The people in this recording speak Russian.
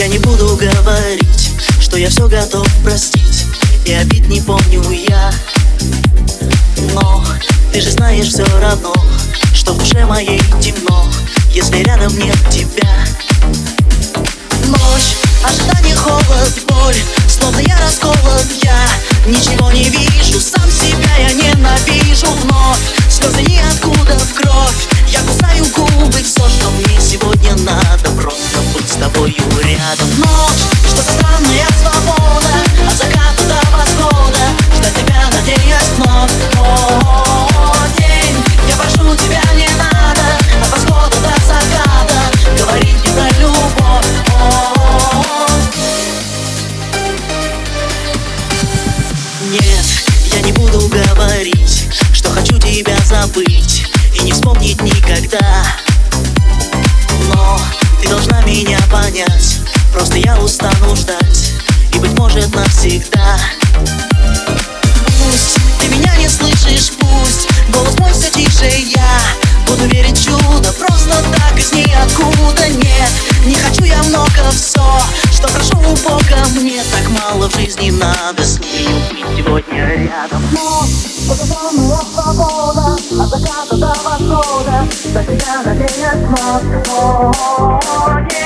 Я не буду говорить, что я все готов простить, и обид не помню я. Но ты же знаешь все равно, что в душе моей темно, если рядом нет тебя. Ночь, ожидание, холод, боль, словно я расколот, я ничего не вижу, сам себя я ненавижу. Вновь слезы ниоткуда в кровь, я кусаю губы, все, что мне сегодня надо, просто быть с тобою рядом. Ночь, что-то странная свобода, от заката до восхода, ждать тебя, надеясь вновь. О, день, я прошу тебя, не надо, от восхода до заката говорить мне про любовь. Нет, я не буду говорить, что хочу тебя забыть и не вспомнить никогда. Но ты должна меня понять, просто я устану ждать, и, быть может, навсегда. Пусть ты меня не слышишь, пусть голос мой все тише, я буду верить в чудо, просто так из ниоткуда. Нет, не хочу я много, все, что прошу у Бога, мне так мало в жизни надо с нею быть сегодня рядом. Но это самая свобода, от заката до восхода, до тебя надеясь вновь.